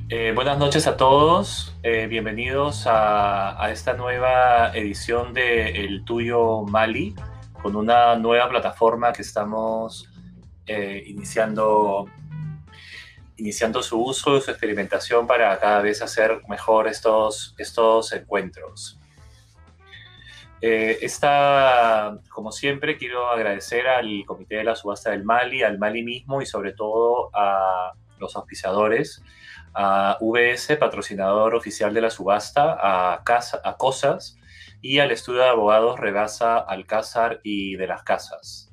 Buenas noches a todos, bienvenidos a esta nueva edición de El Tuyo Mali, con una nueva plataforma que estamos iniciando su uso y su experimentación para cada vez hacer mejor estos encuentros. Como siempre, quiero agradecer al Comité de la Subasta del Mali, al Mali mismo y sobre todo a los auspiciadores, a VS, patrocinador oficial de la subasta, a COSAS y al estudio de abogados Rebasa Alcázar y de las Casas.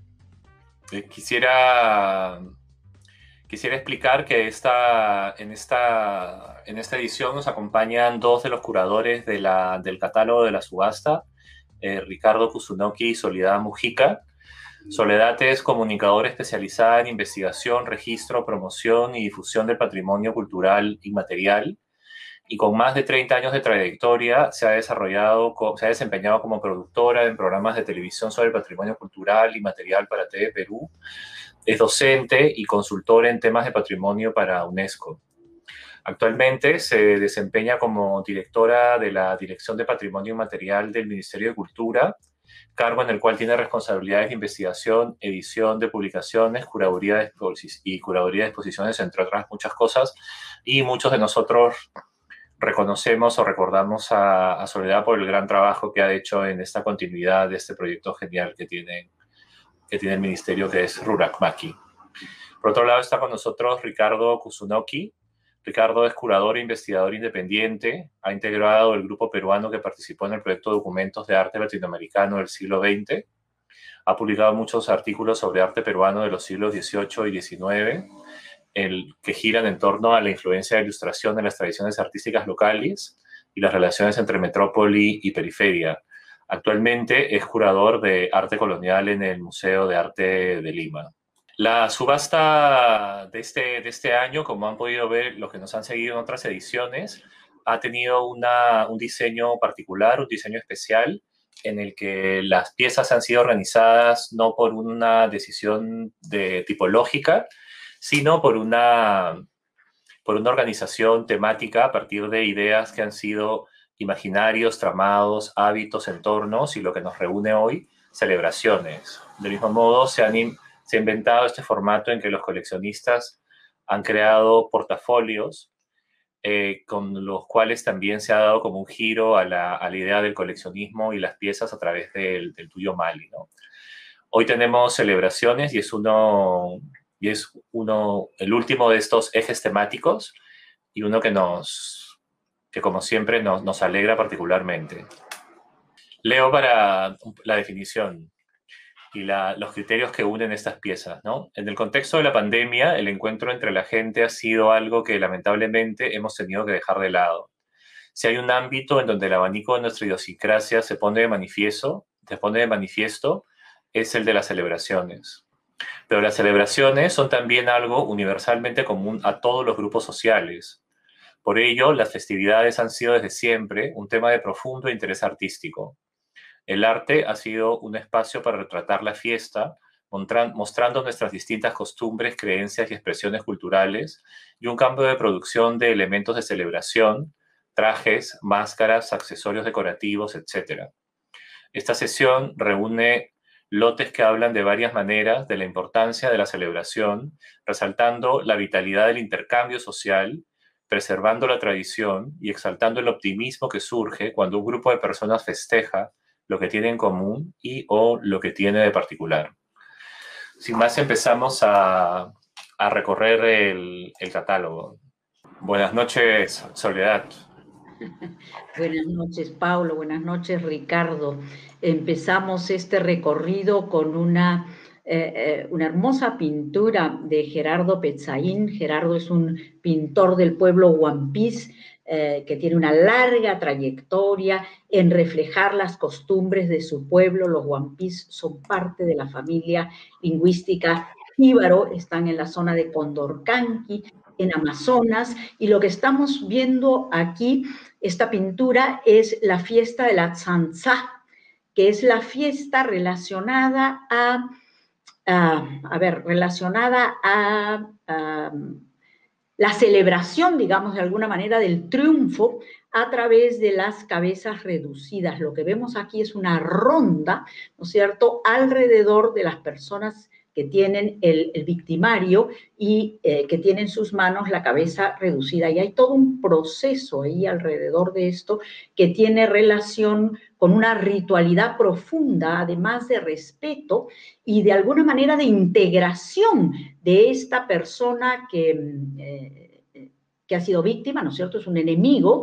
Quisiera explicar que en esta edición nos acompañan dos de los curadores del catálogo de la subasta, Ricardo Kusunoki y Soledad Mujica. Soledad es comunicadora especializada en investigación, registro, promoción y difusión del patrimonio cultural inmaterial, y con más de 30 años de trayectoria se ha desempeñado como productora en programas de televisión sobre el patrimonio cultural inmaterial para TV Perú. Es docente y consultora en temas de patrimonio para UNESCO. Actualmente se desempeña como directora de la Dirección de Patrimonio Inmaterial del Ministerio de Cultura, cargo en el cual tiene responsabilidades de investigación, edición de publicaciones, curaduría de exposiciones, entre otras muchas cosas. Y muchos de nosotros reconocemos o recordamos a Soledad por el gran trabajo que ha hecho en esta continuidad de este proyecto genial que tiene el Ministerio, que es Rurak Maki. Por otro lado está con nosotros Ricardo Kusunoki. Ricardo es curador e investigador independiente, ha integrado el grupo peruano que participó en el proyecto Documentos de Arte Latinoamericano del siglo XX, ha publicado muchos artículos sobre arte peruano de los siglos XVIII y XIX, que giran en torno a la influencia de la ilustración en las tradiciones artísticas locales y las relaciones entre metrópoli y periferia. Actualmente es curador de arte colonial en el Museo de Arte de Lima. La subasta de este año, como han podido ver los que nos han seguido en otras ediciones, ha tenido un diseño particular, un diseño especial, en el que las piezas han sido organizadas no por una decisión tipológica, sino por una organización temática a partir de ideas que han sido imaginarios, tramados, hábitos, entornos, y lo que nos reúne hoy, celebraciones. Del mismo modo, se ha inventado este formato en que los coleccionistas han creado portafolios con los cuales también se ha dado como un giro a la idea del coleccionismo y las piezas a través del Tuyo Mali, ¿no? Hoy tenemos celebraciones y es el último de estos ejes temáticos, y uno que como siempre nos alegra particularmente. Leo para la definición y los criterios que unen estas piezas, ¿no? En el contexto de la pandemia, el encuentro entre la gente ha sido algo que lamentablemente hemos tenido que dejar de lado. Si hay un ámbito en donde el abanico de nuestra idiosincrasia se pone de manifiesto, es el de las celebraciones. Pero las celebraciones son también algo universalmente común a todos los grupos sociales. Por ello, las festividades han sido desde siempre un tema de profundo interés artístico. El arte ha sido un espacio para retratar la fiesta, mostrando nuestras distintas costumbres, creencias y expresiones culturales, y un campo de producción de elementos de celebración, trajes, máscaras, accesorios decorativos, etc. Esta sesión reúne lotes que hablan de varias maneras de la importancia de la celebración, resaltando la vitalidad del intercambio social, preservando la tradición y exaltando el optimismo que surge cuando un grupo de personas festeja lo que tiene en común o lo que tiene de particular. Sin más, empezamos a recorrer el catálogo. Buenas noches, Soledad. Buenas noches, Paulo. Buenas noches, Ricardo. Empezamos este recorrido con una hermosa pintura de Gerardo Petzain. Gerardo es un pintor del pueblo Huampís que tiene una larga trayectoria en reflejar las costumbres de su pueblo. Los Huampís son parte de la familia lingüística jíbaro, están en la zona de Condorcanqui, en Amazonas, y lo que estamos viendo aquí, esta pintura, es la fiesta de la Tzantzá, que es la fiesta relacionada relacionada a la celebración, digamos, de alguna manera del triunfo a través de las cabezas reducidas. Lo que vemos aquí es una ronda, ¿no es cierto?, alrededor de las personas que tienen el victimario y que tiene en sus manos la cabeza reducida. Y hay todo un proceso ahí alrededor de esto que tiene relación con una ritualidad profunda, además de respeto y de alguna manera de integración de esta persona que ha sido víctima, ¿no es cierto? Es un enemigo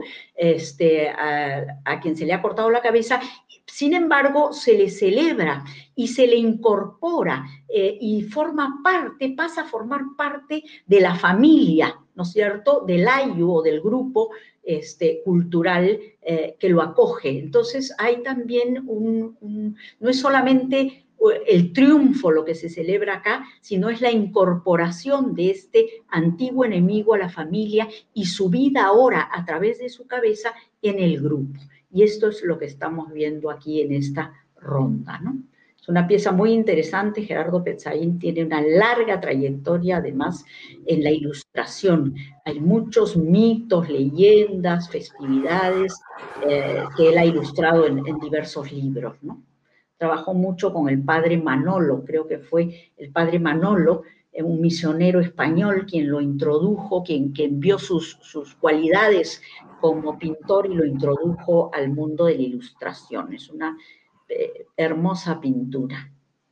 a quien se le ha cortado la cabeza. Sin embargo, se le celebra y se le incorpora y forma parte, pasa a formar parte de la familia, ¿no es cierto?, del ayu o del grupo cultural que lo acoge. Entonces hay también no es solamente el triunfo lo que se celebra acá, sino es la incorporación de este antiguo enemigo a la familia y su vida ahora a través de su cabeza en el grupo. Y esto es lo que estamos viendo aquí en esta ronda, ¿no? Es una pieza muy interesante. Gerardo Petzain tiene una larga trayectoria, además, en la ilustración. Hay muchos mitos, leyendas, festividades que él ha ilustrado en diversos libros, ¿no? Trabajó mucho con el padre Manolo, creo que fue el padre Manolo, un misionero español, quien lo introdujo, quien vio sus cualidades como pintor y lo introdujo al mundo de la ilustración. Es una hermosa pintura.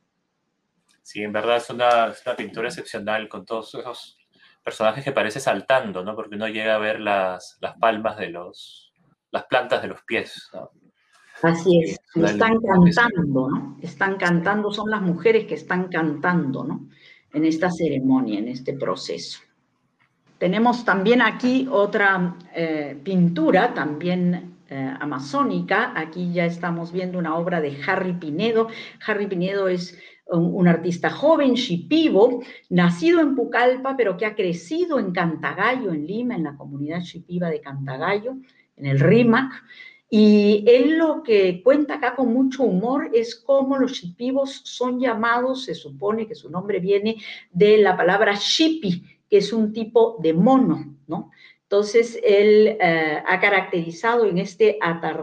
Sí, en verdad es una pintura excepcional con todos esos personajes que parece saltando, ¿no? Porque uno llega a ver las palmas de las plantas de los pies, ¿no? Así Sí, es, y están es cantando, ¿no? Están cantando, son las mujeres que están cantando, ¿no? En esta ceremonia, en este proceso. Tenemos también aquí otra pintura, también amazónica. Aquí ya estamos viendo una obra de Harry Pinedo. Harry Pinedo es un artista joven, shipibo, nacido en Pucallpa, pero que ha crecido en Cantagallo, en Lima, en la comunidad shipiba de Cantagallo, en el RIMAC. Y él lo que cuenta acá con mucho humor es cómo los shipibos son llamados, se supone que su nombre viene de la palabra shipi, que es un tipo de mono, ¿no? Entonces, él ha caracterizado en este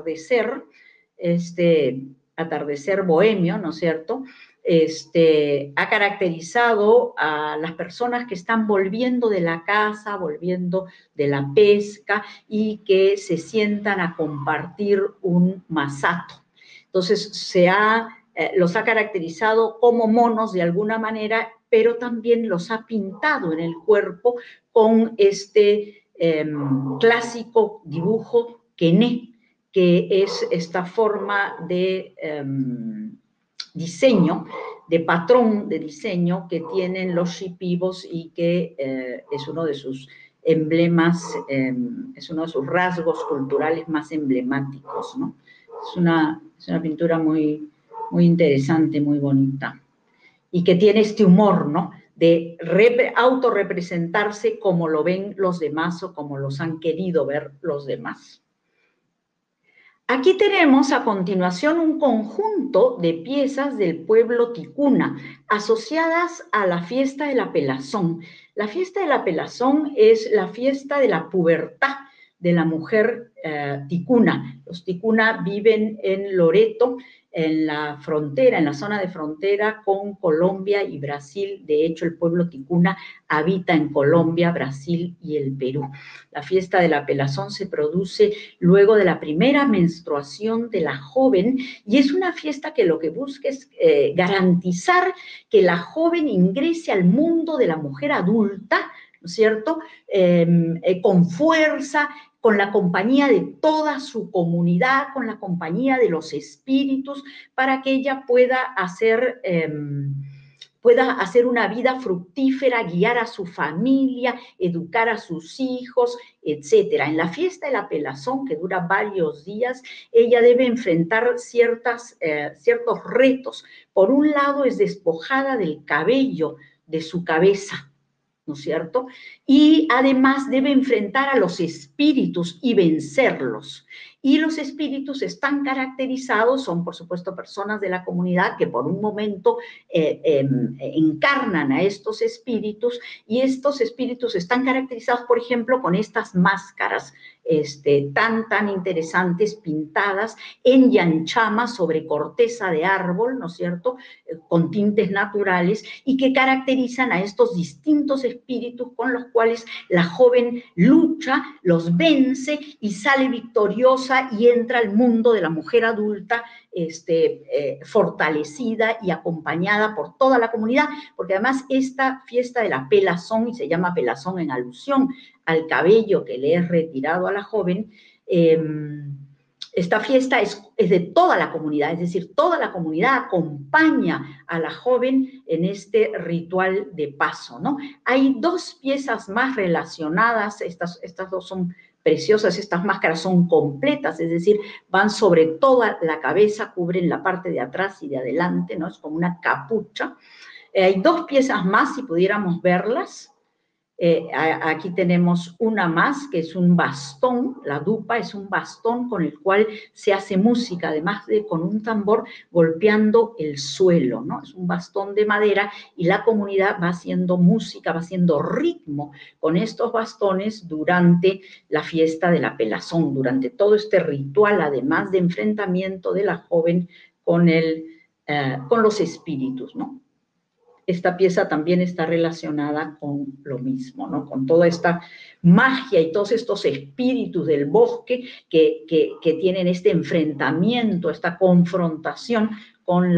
atardecer bohemio, ¿no es cierto?, ha caracterizado a las personas que están volviendo de la caza, volviendo de la pesca y que se sientan a compartir un masato. Entonces, los ha caracterizado como monos de alguna manera, pero también los ha pintado en el cuerpo con este clásico dibujo quené, que es esta forma de diseño, de patrón de diseño que tienen los shipibos y que es uno de sus emblemas, es uno de sus rasgos culturales más emblemáticos, ¿no? Es una pintura muy, muy interesante, muy bonita, y que tiene este humor, ¿no?, de autorrepresentarse como lo ven los demás o como los han querido ver los demás. Aquí tenemos a continuación un conjunto de piezas del pueblo ticuna asociadas a la fiesta de la pelazón. La fiesta de la pelazón es la fiesta de la pubertad de la mujer ticuna. Los ticuna viven en Loreto, en la frontera, en la zona de frontera con Colombia y Brasil. De hecho, el pueblo ticuna habita en Colombia, Brasil y el Perú. La fiesta de la pelazón se produce luego de la primera menstruación de la joven y es una fiesta que lo que busca es garantizar que la joven ingrese al mundo de la mujer adulta, ¿no es cierto?, con fuerza, con la compañía de toda su comunidad, con la compañía de los espíritus, para que ella pueda hacer una vida fructífera, guiar a su familia, educar a sus hijos, etc. En la fiesta de la pelazón, que dura varios días, ella debe enfrentar ciertos retos. Por un lado, es despojada del cabello de su cabeza, ¿no es cierto? Y además debe enfrentar a los espíritus y vencerlos. Y los espíritus están caracterizados, son por supuesto personas de la comunidad que por un momento encarnan a estos espíritus, y estos espíritus están caracterizados, por ejemplo, con estas máscaras tan interesantes, pintadas en yanchama sobre corteza de árbol, ¿no es cierto?, con tintes naturales, y que caracterizan a estos distintos espíritus con los cuales la joven lucha, los vence y sale victoriosa y entra al mundo de la mujer adulta, fortalecida y acompañada por toda la comunidad, porque además esta fiesta de la pelazón, y se llama pelazón en alusión al cabello que le es retirado a la joven, esta fiesta es de toda la comunidad, es decir, toda la comunidad acompaña a la joven en este ritual de paso, ¿no? Hay dos piezas más relacionadas, estas dos son preciosas, estas máscaras son completas, es decir, van sobre toda la cabeza, cubren la parte de atrás y de adelante, ¿no? Es como una capucha. Hay dos piezas más, si pudiéramos verlas. Aquí tenemos una más, que es un bastón. La dupa es un bastón con el cual se hace música, además de con un tambor golpeando el suelo, ¿no? Es un bastón de madera y la comunidad va haciendo música, va haciendo ritmo con estos bastones durante la fiesta de la pelazón, durante todo este ritual, además de enfrentamiento de la joven con los espíritus, ¿no? Esta pieza también está relacionada con lo mismo, ¿no? Con toda esta magia y todos estos espíritus del bosque que tienen este enfrentamiento, esta confrontación con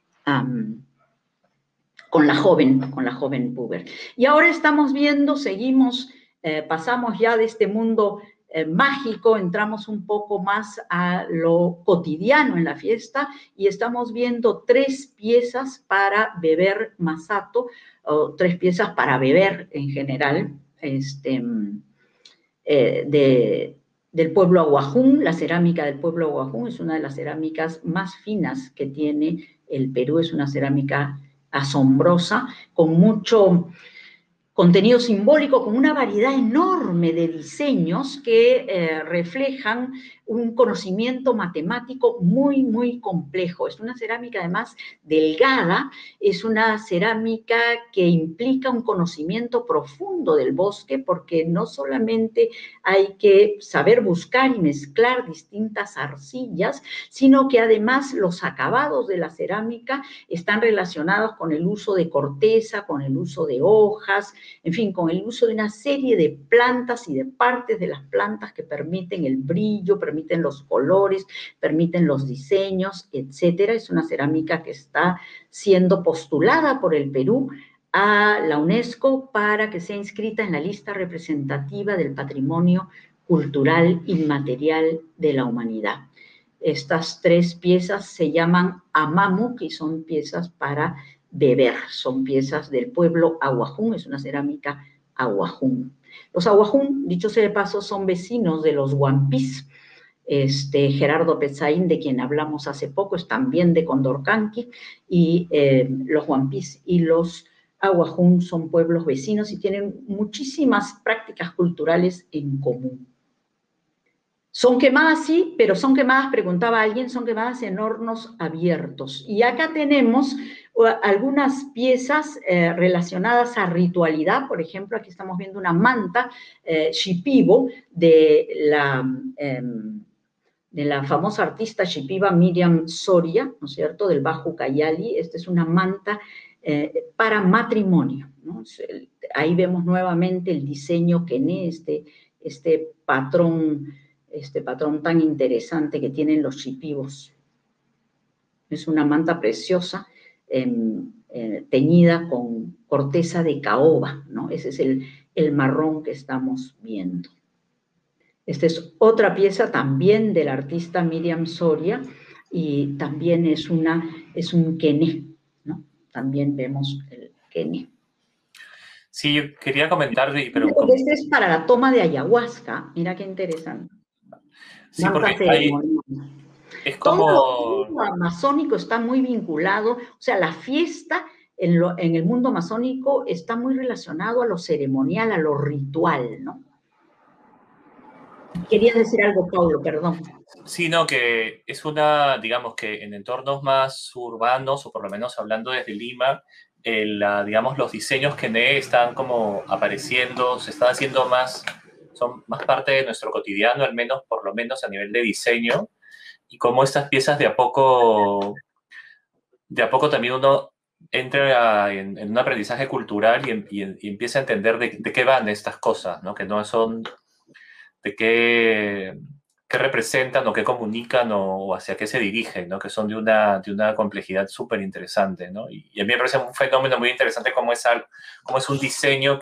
con la joven puber. Y ahora estamos viendo, seguimos, pasamos ya de este mundo mágico, entramos un poco más a lo cotidiano en la fiesta y estamos viendo 3 piezas para beber masato, o 3 piezas para beber en general, del pueblo Aguajún. La cerámica del pueblo Aguajún es una de las cerámicas más finas que tiene el Perú, es una cerámica asombrosa, con mucho contenido simbólico, con una variedad enorme de diseños que reflejan un conocimiento matemático muy complejo. Es una cerámica además delgada, es una cerámica que implica un conocimiento profundo del bosque, porque no solamente hay que saber buscar y mezclar distintas arcillas, sino que además los acabados de la cerámica están relacionados con el uso de corteza, con el uso de hojas, en fin, con el uso de una serie de plantas y de partes de las plantas que permiten el brillo, permiten los colores, permiten los diseños, etcétera. Es una cerámica que está siendo postulada por el Perú a la UNESCO para que sea inscrita en la lista representativa del patrimonio cultural inmaterial de la humanidad. Estas 3 piezas se llaman amamu, y son piezas para beber, son piezas del pueblo Aguajún, es una cerámica Aguajún. Los Aguajún, dicho sea de paso, son vecinos de los Huampís. Gerardo Petzain, de quien hablamos hace poco, es también de Condorcanqui, y los Huampís y los Aguajún son pueblos vecinos y tienen muchísimas prácticas culturales en común. Son quemadas, sí, pero son quemadas, preguntaba alguien, son quemadas en hornos abiertos. Y acá tenemos algunas piezas relacionadas a ritualidad. Por ejemplo, aquí estamos viendo una manta shipibo de la famosa artista shipiba Miriam Soria, ¿no es cierto?, del Bajo Ucayali. Esta es una manta para matrimonio, ¿no? Ahí vemos nuevamente el diseño quené, este patrón tan interesante que tienen los shipibos. Es una manta preciosa, teñida con corteza de caoba, ¿no? Ese es el marrón que estamos viendo. Esta es otra pieza también del artista Miriam Soria, y también es un quené, ¿no? También vemos el quené. Sí, yo quería comentar, pero... Este es para la toma de ayahuasca, mira qué interesante. Sí, porque es como... Todo lo amazónico está muy vinculado, o sea, la fiesta en el mundo amazónico está muy relacionado a lo ceremonial, a lo ritual, ¿no? Querías decir algo, Paulo, perdón. Sí, no, que es una, digamos que en entornos más urbanos, o por lo menos hablando desde Lima, digamos, los diseños Kene están como apareciendo, se están haciendo más, son más parte de nuestro cotidiano, al menos, por lo menos a nivel de diseño, y cómo estas piezas de a poco también uno entra en un aprendizaje cultural y empieza a entender de qué van estas cosas, ¿no? Que no son de qué representan o qué comunican o hacia qué se dirigen, ¿no? Que son de una complejidad súper interesante, ¿no? Y a mí me parece un fenómeno muy interesante cómo es un diseño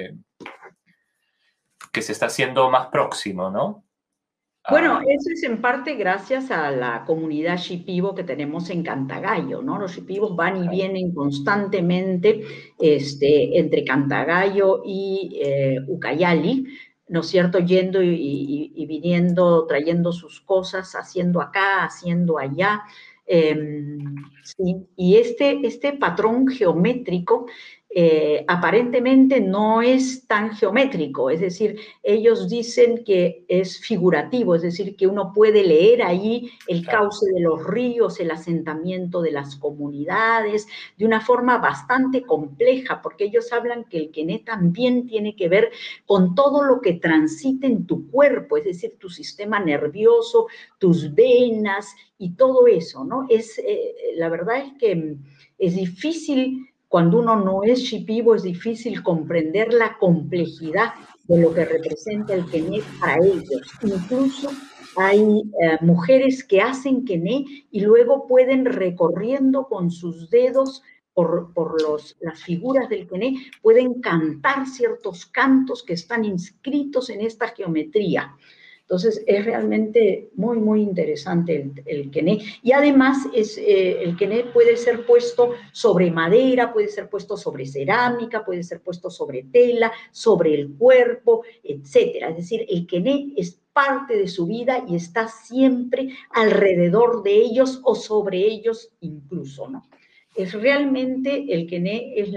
que se está haciendo más próximo, ¿no? Bueno, Ah, eso es en parte gracias a la comunidad shipibo que tenemos en Cantagallo, ¿no? Los shipibos van y vienen constantemente entre Cantagallo y Ucayali, ¿no es cierto? Yendo y viniendo, trayendo sus cosas, haciendo acá, haciendo allá. Sí. Y este patrón geométrico aparentemente no es tan geométrico, es decir, ellos dicen que es figurativo, es decir, que uno puede leer ahí el claro, cauce de los ríos, el asentamiento de las comunidades, de una forma bastante compleja, porque ellos hablan que el quené también tiene que ver con todo lo que transita en tu cuerpo, es decir, tu sistema nervioso, tus venas y todo eso, ¿no? La verdad es que es difícil cuando uno no es shipibo, es difícil comprender la complejidad de lo que representa el quené para ellos. Incluso hay mujeres que hacen quené y luego pueden recorriendo con sus dedos las figuras del quené, pueden cantar ciertos cantos que están inscritos en esta geometría. Entonces es realmente muy, muy interesante el quené. Y además el quené puede ser puesto sobre madera, puede ser puesto sobre cerámica, puede ser puesto sobre tela, sobre el cuerpo, etcétera. Es decir, el quené es parte de su vida y está siempre alrededor de ellos o sobre ellos incluso, ¿no? Es realmente el quené es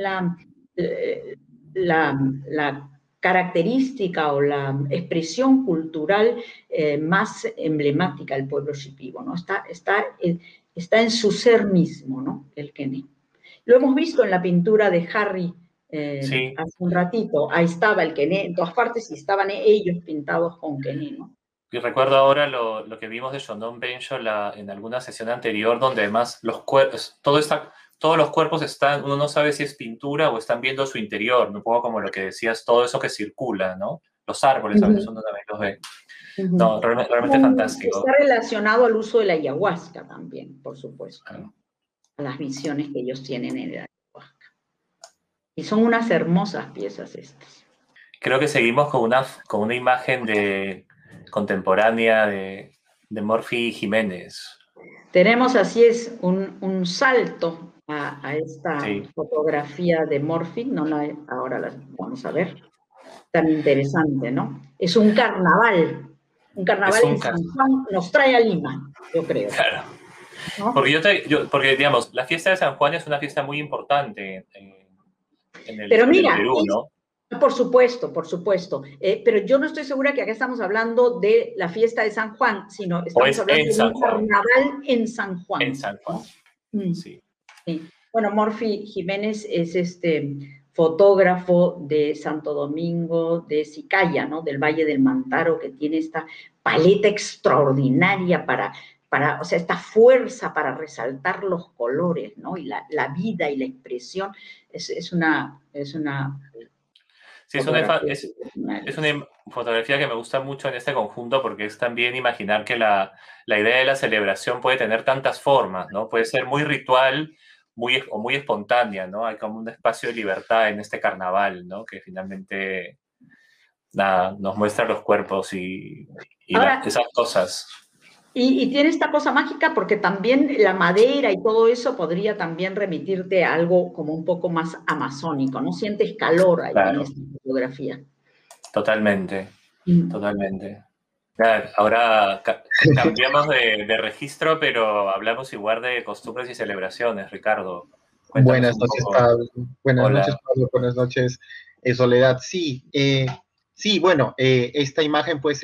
la característica o la expresión cultural más emblemática del pueblo shipibo, ¿no? Está en su ser mismo, ¿no? El quené. Lo hemos visto en la pintura de Harry sí. hace un ratito, ahí estaba el quené, en todas partes y estaban ellos pintados con quené, ¿no? Y recuerdo ahora lo que vimos de Shondon Bencho en alguna sesión anterior, donde además todos los cuerpos están, uno no sabe si es pintura o están viendo su interior, un poco como lo que decías, todo eso que circula, ¿no? Los árboles a veces Uh-huh. uno también los ve. Uh-huh. No, realmente Está fantástico. relacionado al uso de la ayahuasca también, por supuesto, Claro. ¿no? A las visiones que ellos tienen en la ayahuasca. Y son unas hermosas piezas estas. Creo que seguimos con una imagen contemporánea de Morphy Jiménez. Tenemos así es un salto a esta Sí, fotografía de Morphy, ahora la vamos a ver, tan interesante, ¿no? Es un es carnaval en un... San Juan, nos trae a Lima, yo creo, Claro. ¿no? Porque, digamos, la fiesta de San Juan es una fiesta muy importante Pero en el mira, Perú, ¿no? por supuesto, pero yo no estoy segura que acá estamos hablando de la fiesta de San Juan, sino O estamos es hablando en de San un Juan, carnaval en San en Juan, San Juan, ¿no? Mm. sí. Sí. Bueno, Morphy Jiménez es este fotógrafo de Santo Domingo, de Sicaya, ¿no? Del Valle del Mantaro, que tiene esta paleta extraordinaria o sea, esta fuerza para resaltar los colores, ¿no? Y la vida y la expresión. Es una Sí, fotografía extraordinaria. es una fotografía que me gusta mucho en este conjunto porque es también imaginar que la idea de la celebración puede tener tantas formas, ¿no? Puede ser muy ritual o muy espontánea, ¿no? Hay como un espacio de libertad en este carnaval, ¿no? Que finalmente nada, nos muestra los cuerpos Ahora, esas cosas. y tiene esta cosa mágica porque también la madera y todo eso podría también remitirte a algo como un poco más amazónico, ¿no? Sientes calor ahí en Claro, esta fotografía. totalmente, Mm. totalmente. Ya, ahora cambiamos de registro, pero hablamos igual de costumbres y celebraciones. Ricardo, cuéntanos Buenas un noches, poco. Pablo. Buenas Hola. noches, Pablo. Buenas noches, Soledad. Sí, Sí, bueno, esta imagen pues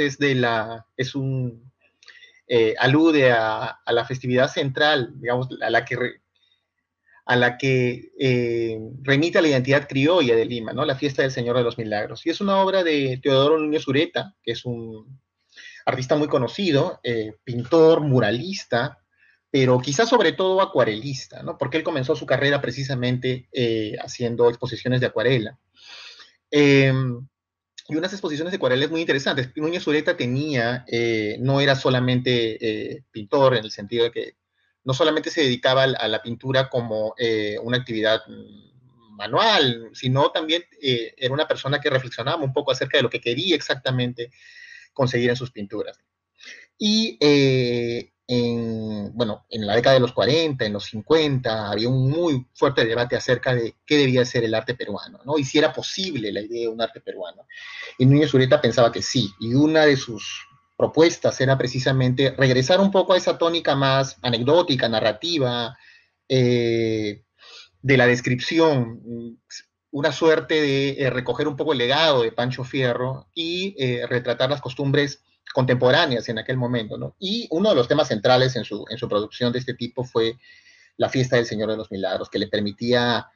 alude a la festividad central, digamos, a la que remite a la identidad criolla de Lima, ¿no? La fiesta del Señor de los Milagros. Y es una obra de Teodoro Núñez Ureta, que es un artista muy conocido, pintor, muralista, pero quizás sobre todo acuarelista, ¿no? Porque él comenzó su carrera precisamente haciendo exposiciones de acuarela. Y unas exposiciones de acuarelas muy interesantes. Núñez Ureta no era solamente pintor, en el sentido de que no solamente se dedicaba a la pintura como una actividad manual, sino también era una persona que reflexionaba un poco acerca de lo que quería exactamente conseguir en sus pinturas. Y en la década de los 40, en los 50, había un muy fuerte debate acerca de qué debía ser el arte peruano, ¿no? Y si era posible la idea de un arte peruano. Y Núñez Ureta pensaba que sí, y una de sus propuestas era precisamente regresar un poco a esa tónica más anecdótica, narrativa, de la descripción, una suerte de recoger un poco el legado de Pancho Fierro y retratar las costumbres contemporáneas en aquel momento, ¿no? Y uno de los temas centrales en su producción de este tipo fue la fiesta del Señor de los Milagros, que le permitía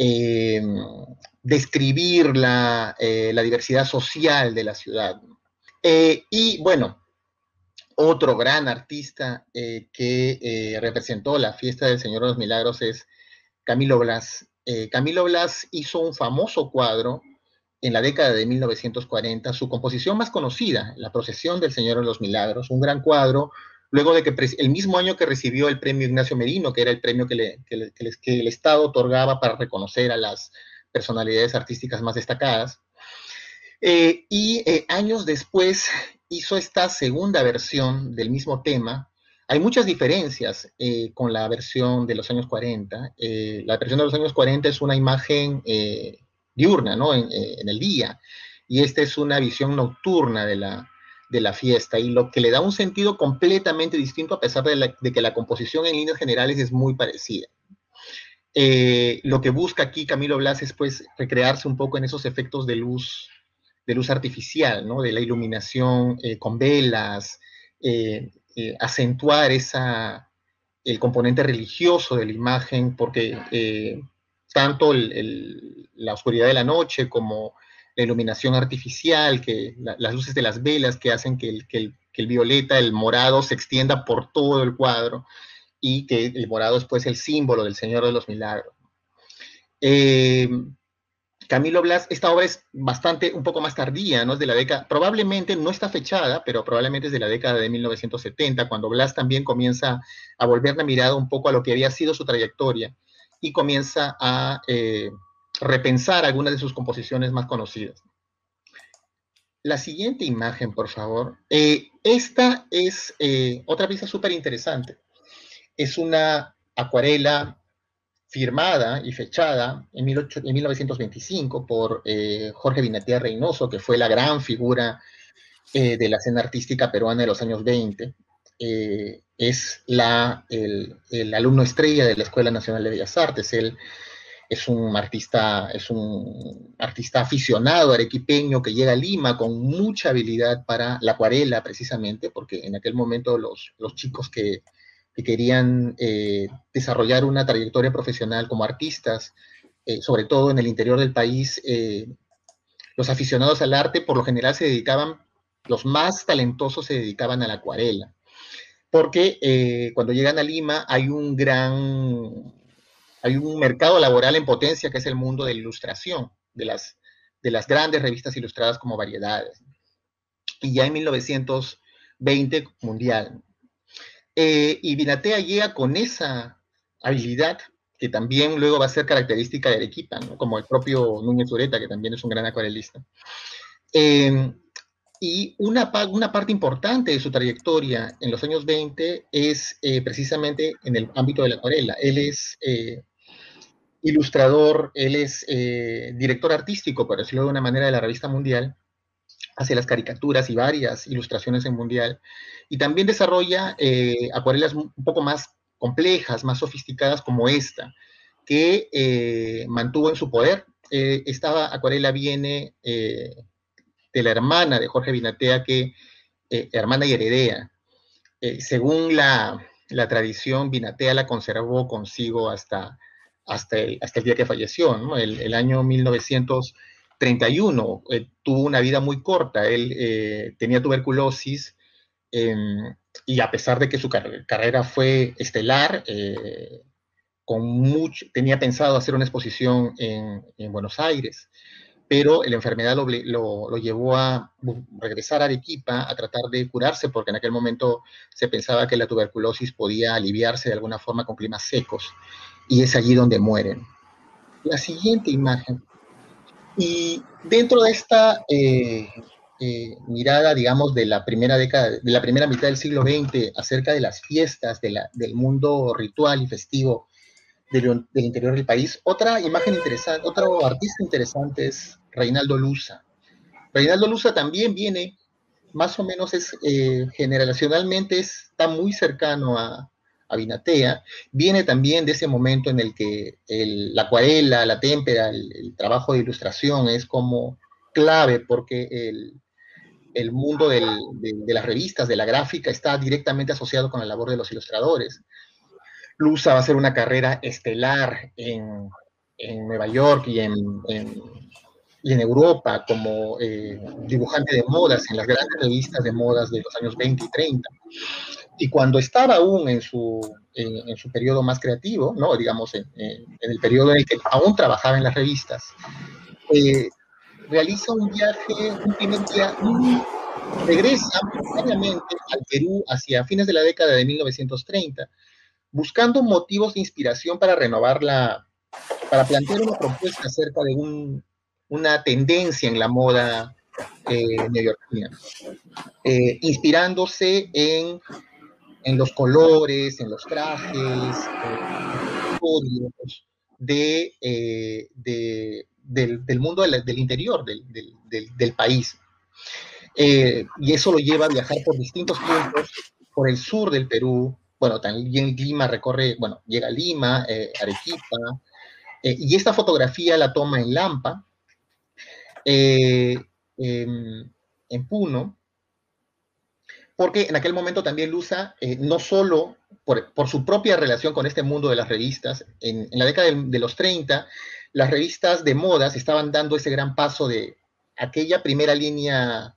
describir la diversidad social de la ciudad. Y bueno, otro gran artista que representó la fiesta del Señor de los Milagros es Camilo Blas. Camilo Blas hizo un famoso cuadro en la década de 1940, su composición más conocida, La Procesión del Señor de los Milagros, un gran cuadro, luego de que el mismo año que recibió el premio Ignacio Merino, que era el premio que el Estado otorgaba para reconocer a las personalidades artísticas más destacadas. Años después hizo esta segunda versión del mismo tema. Hay muchas diferencias con la versión de los años 40. La versión de los años 40 es una imagen diurna, ¿no? En el día. Y esta es una visión nocturna de la fiesta, y lo que le da un sentido completamente distinto, a pesar de que la composición en líneas generales es muy parecida. Lo que busca aquí Camilo Blas es pues recrearse un poco en esos efectos de luz artificial, ¿no? De la iluminación con velas, acentuar el componente religioso de la imagen, porque tanto la oscuridad de la noche como la iluminación artificial, las luces de las velas que hacen que el violeta, el morado, se extienda por todo el cuadro, y que el morado es pues el símbolo del Señor de los Milagros. Camilo Blas, esta obra es un poco más tardía, ¿no? Es de la década, probablemente no está fechada, pero probablemente es de la década de 1970, cuando Blas también comienza a volver la mirada un poco a lo que había sido su trayectoria y comienza a repensar algunas de sus composiciones más conocidas. La siguiente imagen, por favor. Esta es otra pieza súper interesante. Es una acuarela firmada y fechada en 1925 por Jorge Vinatea Reynoso, que fue la gran figura de la escena artística peruana de los años 20. Es el alumno estrella de la Escuela Nacional de Bellas Artes. Él es un artista aficionado arequipeño que llega a Lima con mucha habilidad para la acuarela, precisamente, porque en aquel momento los chicos que querían desarrollar una trayectoria profesional como artistas, sobre todo en el interior del país, los aficionados al arte por lo general los más talentosos se dedicaban a la acuarela, porque cuando llegan a Lima hay un mercado laboral en potencia, que es el mundo de la ilustración, de las grandes revistas ilustradas como Variedades. Y ya en 1920, mundial. Y Vinatea llega con esa habilidad, que también luego va a ser característica de Arequipa, ¿no? Como el propio Núñez Ureta, que también es un gran acuarelista. Y una parte importante de su trayectoria en los años 20 es precisamente en el ámbito de la acuarela. Él es ilustrador, él es director artístico, por decirlo de una manera, de la revista Mundial, hace las caricaturas y varias ilustraciones en Mundial, y también desarrolla acuarelas un poco más complejas, más sofisticadas, como esta, que mantuvo en su poder. Esta acuarela viene de la hermana de Jorge Binatea, hermana y heredera. Según la tradición, Binatea la conservó consigo hasta el día que falleció, ¿no? El año 1931. Tuvo una vida muy corta. Él tenía tuberculosis, y a pesar de que su carrera fue estelar, tenía pensado hacer una exposición en Buenos Aires, pero la enfermedad lo llevó a regresar a Arequipa a tratar de curarse, porque en aquel momento se pensaba que la tuberculosis podía aliviarse de alguna forma con climas secos, y es allí donde mueren. La siguiente imagen. Y dentro de esta mirada, digamos, de la primera mitad del siglo XX acerca de las fiestas, del mundo ritual y festivo del interior del país, otra imagen interesante, otro artista interesante es Reinaldo Luza. Reinaldo Luza también viene, más o menos generacionalmente está muy cercano a Binatea. Viene también de ese momento en el que la acuarela, la témpera, el trabajo de ilustración es como clave, porque el mundo de las revistas, de la gráfica, está directamente asociado con la labor de los ilustradores. Luza va a hacer una carrera estelar en Nueva York y en Europa como dibujante de modas en las grandes revistas de modas de los años 20 y 30. Y cuando estaba aún en su periodo más creativo, ¿no? Digamos, en el periodo en el que aún trabajaba en las revistas, realiza un primer viaje, regresa voluntariamente al Perú hacia fines de la década de 1930, buscando motivos de inspiración para para plantear una propuesta acerca de una tendencia en la moda neoyorquina, inspirándose en los colores, en los trajes, en los códigos del mundo del interior del país. Y eso lo lleva a viajar por distintos puntos, por el sur del Perú. Bueno, también Lima llega a Lima, Arequipa, y esta fotografía la toma en Lampa, en Puno, porque en aquel momento también Luza, no solo por su propia relación con este mundo de las revistas, en la década de los 30, las revistas de modas estaban dando ese gran paso de aquella primera línea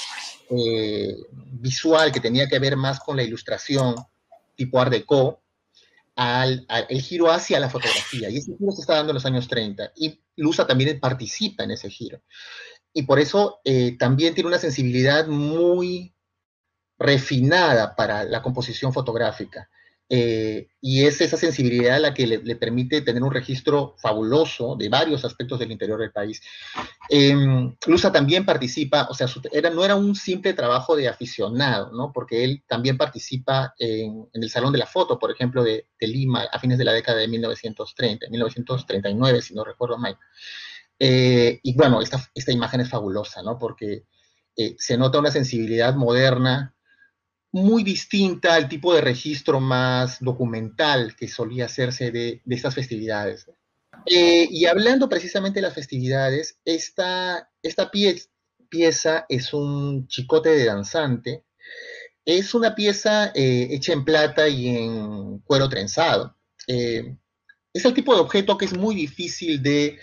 visual que tenía que ver más con la ilustración tipo Art Deco, el giro hacia la fotografía, y ese giro se está dando en los años 30, y Luza también participa en ese giro, y por eso también tiene una sensibilidad muy refinada para la composición fotográfica, y es esa sensibilidad la que le permite tener un registro fabuloso de varios aspectos del interior del país. Luza también participa, o sea, no era un simple trabajo de aficionado, ¿no? Porque él también participa en el Salón de la Foto, por ejemplo, de Lima, a fines de la década de 1930, 1939, si no recuerdo mal. Y bueno, esta imagen es fabulosa, ¿no? Porque se nota una sensibilidad moderna muy distinta al tipo de registro más documental que solía hacerse de estas festividades. Y hablando precisamente de las festividades, esta pieza es un chicote de danzante. Es una pieza hecha en plata y en cuero trenzado. Es el tipo de objeto que es muy difícil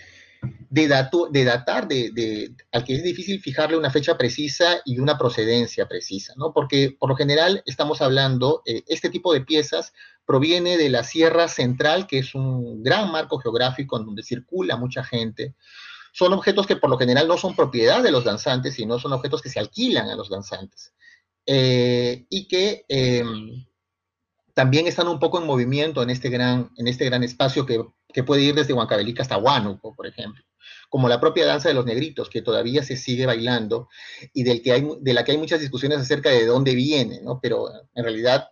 datar, al que es difícil fijarle una fecha precisa y una procedencia precisa, ¿no? Porque por lo general estamos hablando, este tipo de piezas proviene de la Sierra Central, que es un gran marco geográfico en donde circula mucha gente. Son objetos que por lo general no son propiedad de los danzantes, sino son objetos que se alquilan a los danzantes. Y que también están un poco en movimiento en este gran espacio que puede ir desde Huancavelica hasta Huánuco, por ejemplo, como la propia danza de los negritos, que todavía se sigue bailando y de la que hay muchas discusiones acerca de dónde viene, ¿no? Pero en realidad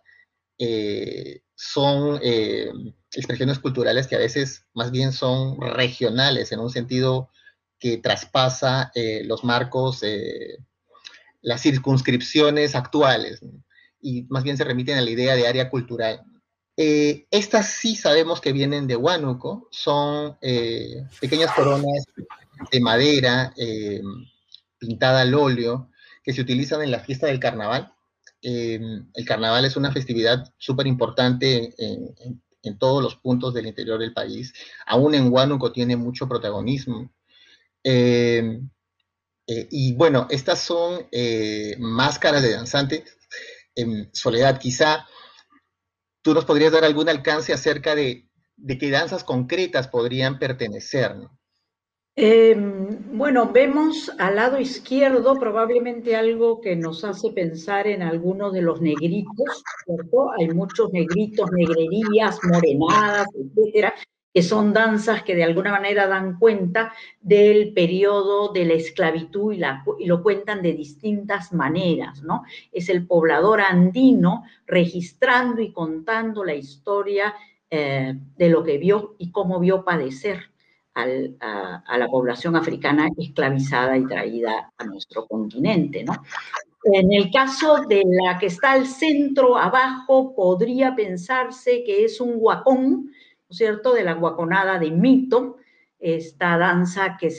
son expresiones culturales que a veces más bien son regionales, en un sentido que traspasa los marcos, las circunscripciones actuales, ¿no? Y más bien se remiten a la idea de área cultural. Estas sí sabemos que vienen de Huánuco, son pequeñas coronas de madera pintada al óleo que se utilizan en la fiesta del carnaval. El carnaval es una festividad súper importante en todos los puntos del interior del país. Aún en Huánuco tiene mucho protagonismo. Y bueno, estas son máscaras de danzantes. Soledad, quizá tú nos podrías dar algún alcance acerca de qué danzas concretas podrían pertenecer, ¿no? Bueno, vemos al lado izquierdo probablemente algo que nos hace pensar en algunos de los negritos, ¿cierto? Hay muchos negritos, negrerías, morenadas, etcétera, que son danzas que de alguna manera dan cuenta del periodo de la esclavitud y lo cuentan de distintas maneras, ¿no? Es el poblador andino registrando y contando la historia de lo que vio y cómo vio padecer a la población africana esclavizada y traída a nuestro continente, ¿no? En el caso de la que está al centro, abajo, podría pensarse que es un guacón, ¿no es cierto?, de la guaconada de Mito, esta danza que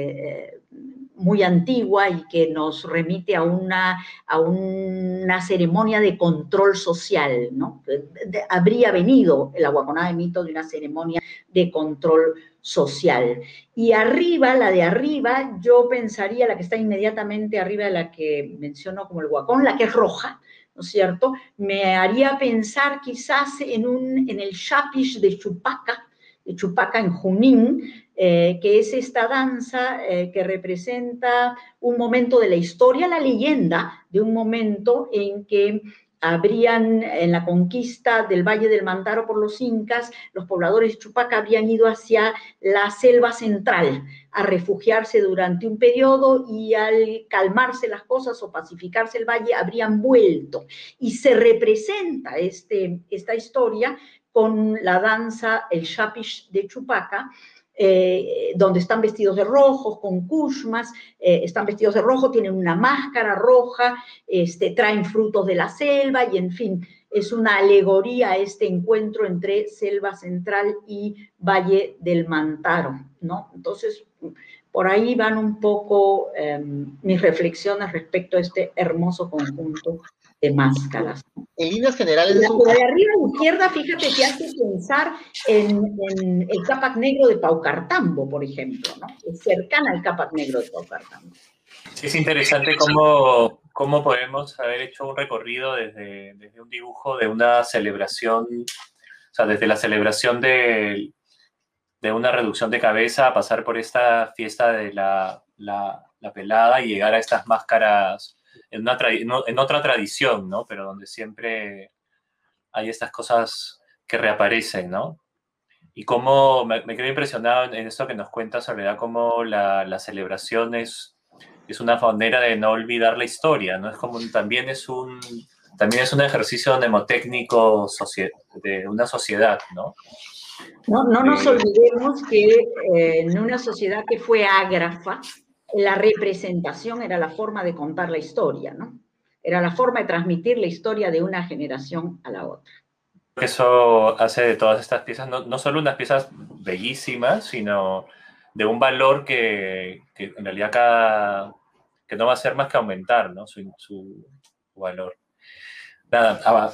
muy antigua y que nos remite a una ceremonia de control social, ¿no? Habría venido la guaconada de Mito de una ceremonia de control social. Y arriba, la de arriba, yo pensaría, la que está inmediatamente arriba de la que menciono como el guacón, la que es roja, ¿no es cierto? Me haría pensar quizás en el Shapish de Chupaca en Junín, que es esta danza que representa un momento de la historia, la leyenda de un momento en que en la conquista del Valle del Mantaro por los incas, los pobladores de Chupaca habrían ido hacia la selva central a refugiarse durante un periodo y al calmarse las cosas o pacificarse el valle habrían vuelto. Y se representa esta historia con la danza, el Shapish de Chupaca, donde están vestidos de rojos, con kushmas, están vestidos de rojo, tienen una máscara roja, traen frutos de la selva y en fin, es una alegoría a este encuentro entre selva central y Valle del Mantaro, ¿no? Entonces, por ahí van un poco mis reflexiones respecto a este hermoso conjunto de máscaras. En líneas generales... La de arriba a la izquierda, fíjate, te hace pensar en el Cápac Negro de Paucartambo, por ejemplo, ¿no? Es cercana al Cápac Negro de Paucartambo. Sí, es interesante cómo podemos haber hecho un recorrido desde un dibujo de una celebración, o sea, desde la celebración de una reducción de cabeza a pasar por esta fiesta de la pelada y llegar a estas máscaras en otra tradición, ¿no? Pero donde siempre hay estas cosas que reaparecen, ¿no? Y cómo me quedé impresionado en esto que nos cuenta Soledad, cómo la celebración es una manera de no olvidar la historia, ¿no? Es como también es un ejercicio mnemotécnico de una sociedad, ¿no? No nos olvidemos que en una sociedad que fue ágrafa, la representación era la forma de contar la historia, ¿no? Era la forma de transmitir la historia de una generación a la otra. Eso hace de todas estas piezas, no solo unas piezas bellísimas, sino de un valor que en realidad que no va a ser más que aumentar, ¿no? su valor. Nada,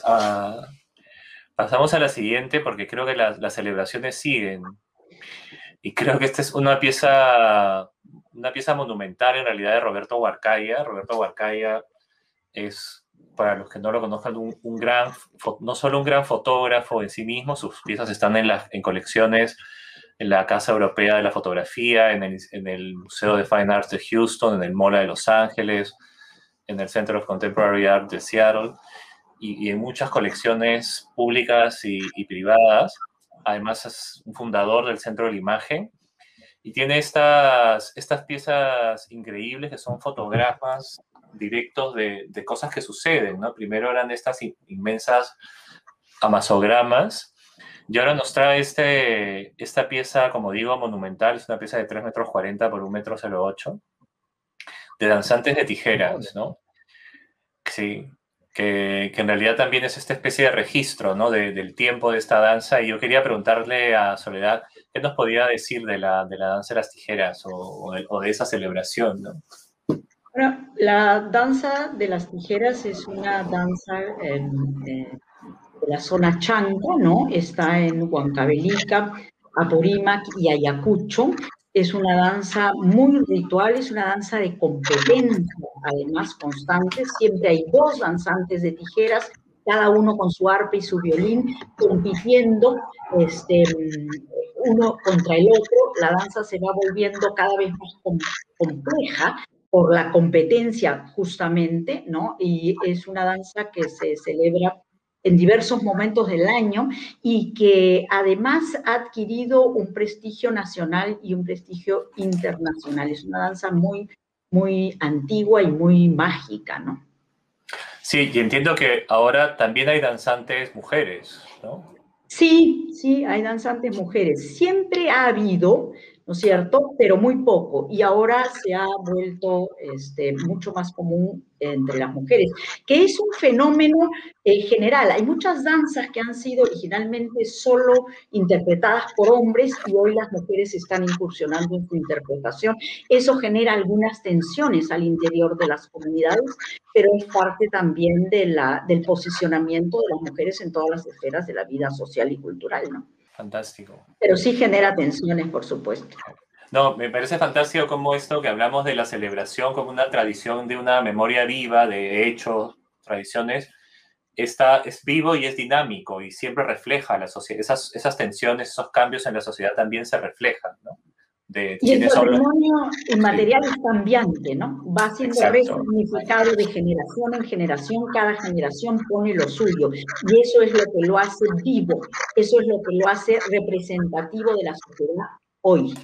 pasamos a la siguiente porque creo que las celebraciones siguen. Y creo que esta es una pieza monumental en realidad de Roberto Huarcaya. Roberto Huarcaya es, para los que no lo conozcan, no solo un gran fotógrafo en sí mismo, sus piezas están en colecciones en la Casa Europea de la Fotografía, en el Museo de Fine Arts de Houston, en el MoLA de Los Ángeles, en el Center of Contemporary Art de Seattle, y en muchas colecciones públicas y privadas. Además es un fundador del Centro de la Imagen y tiene estas piezas increíbles que son fotogramas directos de cosas que suceden, ¿no? Primero eran estas inmensas amasogramas y ahora nos trae esta pieza, como digo, monumental. Es una pieza de 3,40 metros por 1,08 metros de danzantes de tijeras, ¿no? Sí, que en realidad también es esta especie de registro, ¿no? del tiempo de esta danza. Y yo quería preguntarle a Soledad, ¿qué nos podía decir de la danza de las tijeras o de esa celebración, ¿no? Bueno, la danza de las tijeras es una danza de la zona Chanca, ¿no? Está en Huancavelica, Apurímac y Ayacucho. Es una danza muy ritual, es una danza de competencia, además constante. Siempre hay dos danzantes de tijeras, cada uno con su arpa y su violín, compitiendo uno contra el otro. La danza se va volviendo cada vez más compleja por la competencia justamente, ¿no? Y es una danza que se celebra en diversos momentos del año y que además ha adquirido un prestigio nacional y un prestigio internacional. Es una danza muy, muy antigua y muy mágica, ¿no? Sí, y entiendo que ahora también hay danzantes mujeres, ¿no? Sí, sí, hay danzantes mujeres. Siempre ha habido, ¿no es cierto? Pero muy poco. Y ahora se ha vuelto mucho más común entre las mujeres, que es un fenómeno general. Hay muchas danzas que han sido originalmente solo interpretadas por hombres y hoy las mujeres están incursionando en su interpretación. Eso genera algunas tensiones al interior de las comunidades, pero es parte también del posicionamiento de las mujeres en todas las esferas de la vida social y cultural, ¿no? Fantástico. Pero sí genera tensiones, por supuesto. No, me parece fantástico como esto que hablamos de la celebración como una tradición de una memoria viva, de hechos, tradiciones, es vivo y es dinámico y siempre refleja la sociedad. Esas tensiones, esos cambios en la sociedad también se reflejan, ¿no? De Y el quiénes son los... patrimonio Sí, inmaterial es cambiante, ¿no? Va siendo exacto. resignificado de generación en generación, cada generación pone lo suyo. Y eso es lo que lo hace vivo, eso es lo que lo hace representativo de la sociedad hoy.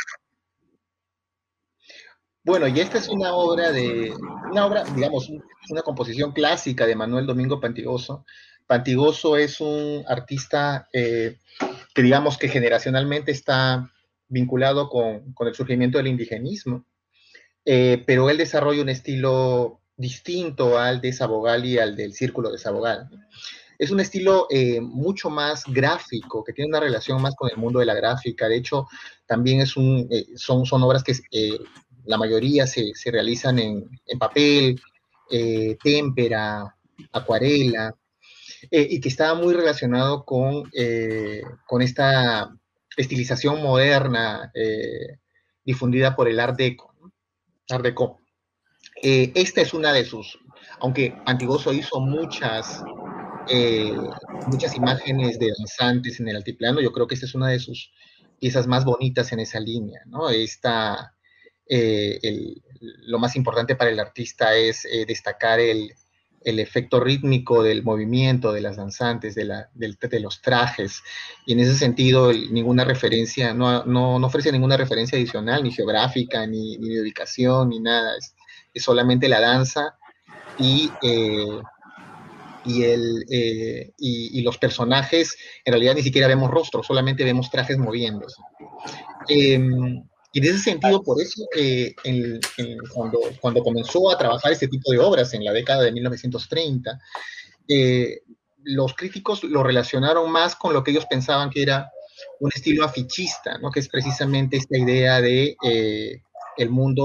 Bueno, y esta es una obra, digamos, una composición clásica de Manuel Domingo Pantigoso. Pantigoso es un artista que digamos que generacionalmente está vinculado con el surgimiento del indigenismo, pero él desarrolla un estilo distinto al de Sabogal y al del Círculo de Sabogal. Es un estilo mucho más gráfico, que tiene una relación más con el mundo de la gráfica. De hecho, también son obras que la mayoría se realizan en papel, témpera, acuarela, y que estaba muy relacionado con esta estilización moderna difundida por el Art Deco. ¿No? Art Deco. Esta es una de sus, aunque Antigoso hizo eh, muchas imágenes de danzantes en el altiplano, yo creo que esta es una de sus piezas más bonitas en esa línea, ¿no? Lo más importante para el artista es destacar el efecto rítmico del movimiento de las danzantes, de los trajes, y en ese sentido ninguna referencia, no ofrece ninguna referencia adicional, ni geográfica, ni de ubicación, ni nada, es solamente la danza y, y los personajes, en realidad ni siquiera vemos rostros, solamente vemos trajes moviéndose. Y en ese sentido, por eso, cuando comenzó a trabajar este tipo de obras en la década de 1930, los críticos lo relacionaron más con lo que ellos pensaban que era un estilo afichista, ¿no? Que es precisamente esta idea de el mundo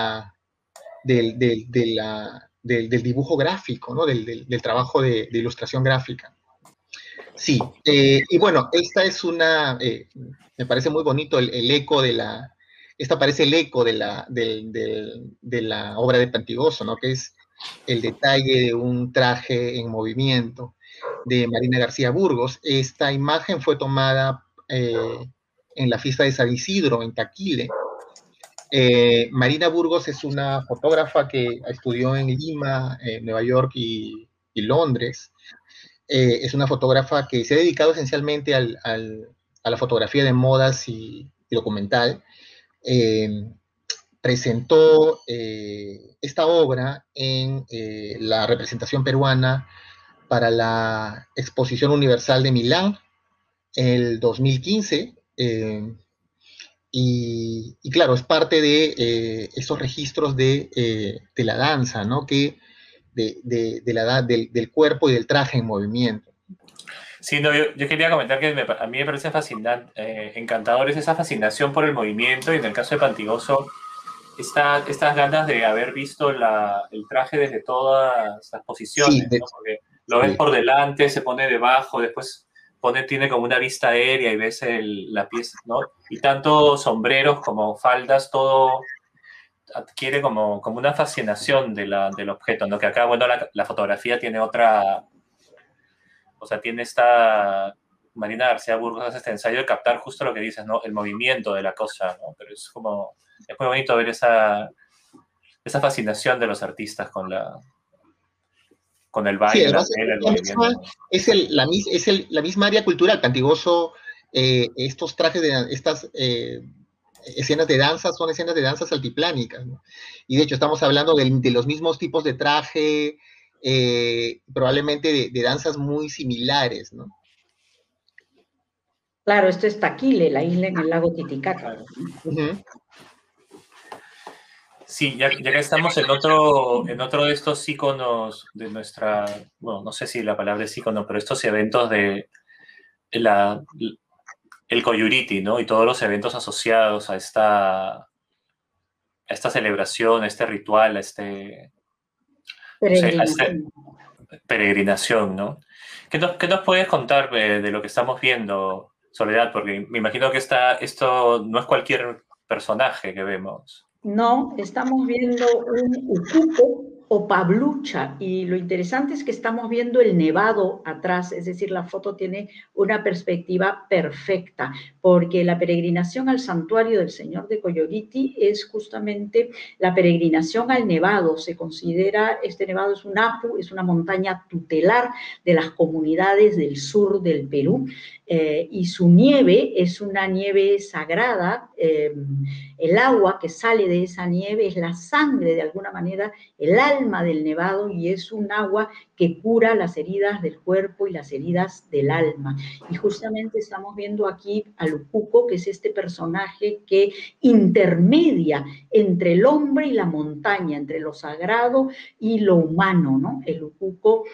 del dibujo gráfico, ¿no? Del trabajo de ilustración gráfica. Sí, y bueno, esta es me parece muy bonito el eco esta parece el eco de la obra de Pantigoso, ¿no? Que es el detalle de un traje en movimiento de Marina García Burgos. Esta imagen fue tomada en la fiesta de San Isidro, en Taquile. Marina Burgos es una fotógrafa que estudió en Lima, Nueva York y Londres. Es una fotógrafa que se ha dedicado esencialmente a la fotografía de modas y documental. Presentó esta obra en la representación peruana para la Exposición Universal de Milán el 2015. Y claro, es parte de esos registros de la danza, ¿no? Del cuerpo y del traje en movimiento. Sí, no, yo quería comentar que a mí me parece fascinante, encantador es esa fascinación por el movimiento y en el caso de Pantigoso estas ganas de haber visto el traje desde todas las Sí, posiciones, ¿no? Porque lo ves sí. por delante, se pone debajo, después tiene como una vista aérea y ves la pieza, ¿no? Y tanto sombreros como faldas, todo adquiere como una fascinación del objeto, ¿no? Que acá, bueno, la fotografía tiene otra, o sea, tiene esta... Marina García Burgos hace este ensayo de captar justo lo que dices, ¿no? El movimiento de la cosa, ¿no? Pero es como... Es muy bonito ver esa fascinación de los artistas con el Sí, baile, la además tela, el la movimiento. misma, la misma área cultural. Pantigoso, estos trajes de estas escenas de danza son escenas de danzas altiplánicas, ¿no? Y de hecho estamos hablando de los mismos tipos de traje, probablemente de danzas muy similares, ¿no? Claro, esto es Taquile, la isla en el lago Titicaca. Claro. Uh -huh. Sí, ya que estamos en otro de estos íconos de nuestra, bueno, no sé si la palabra es ícono, pero estos eventos de el Coyuriti, ¿no? Y todos los eventos asociados a esta celebración, a este ritual, no sé, a esta Peregrinación. peregrinación, ¿no? ¿Qué nos puedes contar de lo que estamos viendo, Soledad? Porque me imagino que esto no es cualquier personaje que vemos. No, estamos viendo un ucupo o pablucha y lo interesante es que estamos viendo el nevado atrás, es decir, la foto tiene una perspectiva perfecta, porque la peregrinación al santuario del Señor de Coyoliti es justamente la peregrinación al nevado. Se considera, este nevado es un apu, es una montaña tutelar de las comunidades del sur del Perú, y su nieve es una nieve sagrada. El agua que sale de esa nieve es la sangre, de alguna manera, el alma del nevado, y es un agua que cura las heridas del cuerpo y las heridas del alma. Y justamente estamos viendo aquí a Lucuco, que es este personaje que intermedia entre el hombre y la montaña, entre lo sagrado y lo humano, ¿no? El Lucuco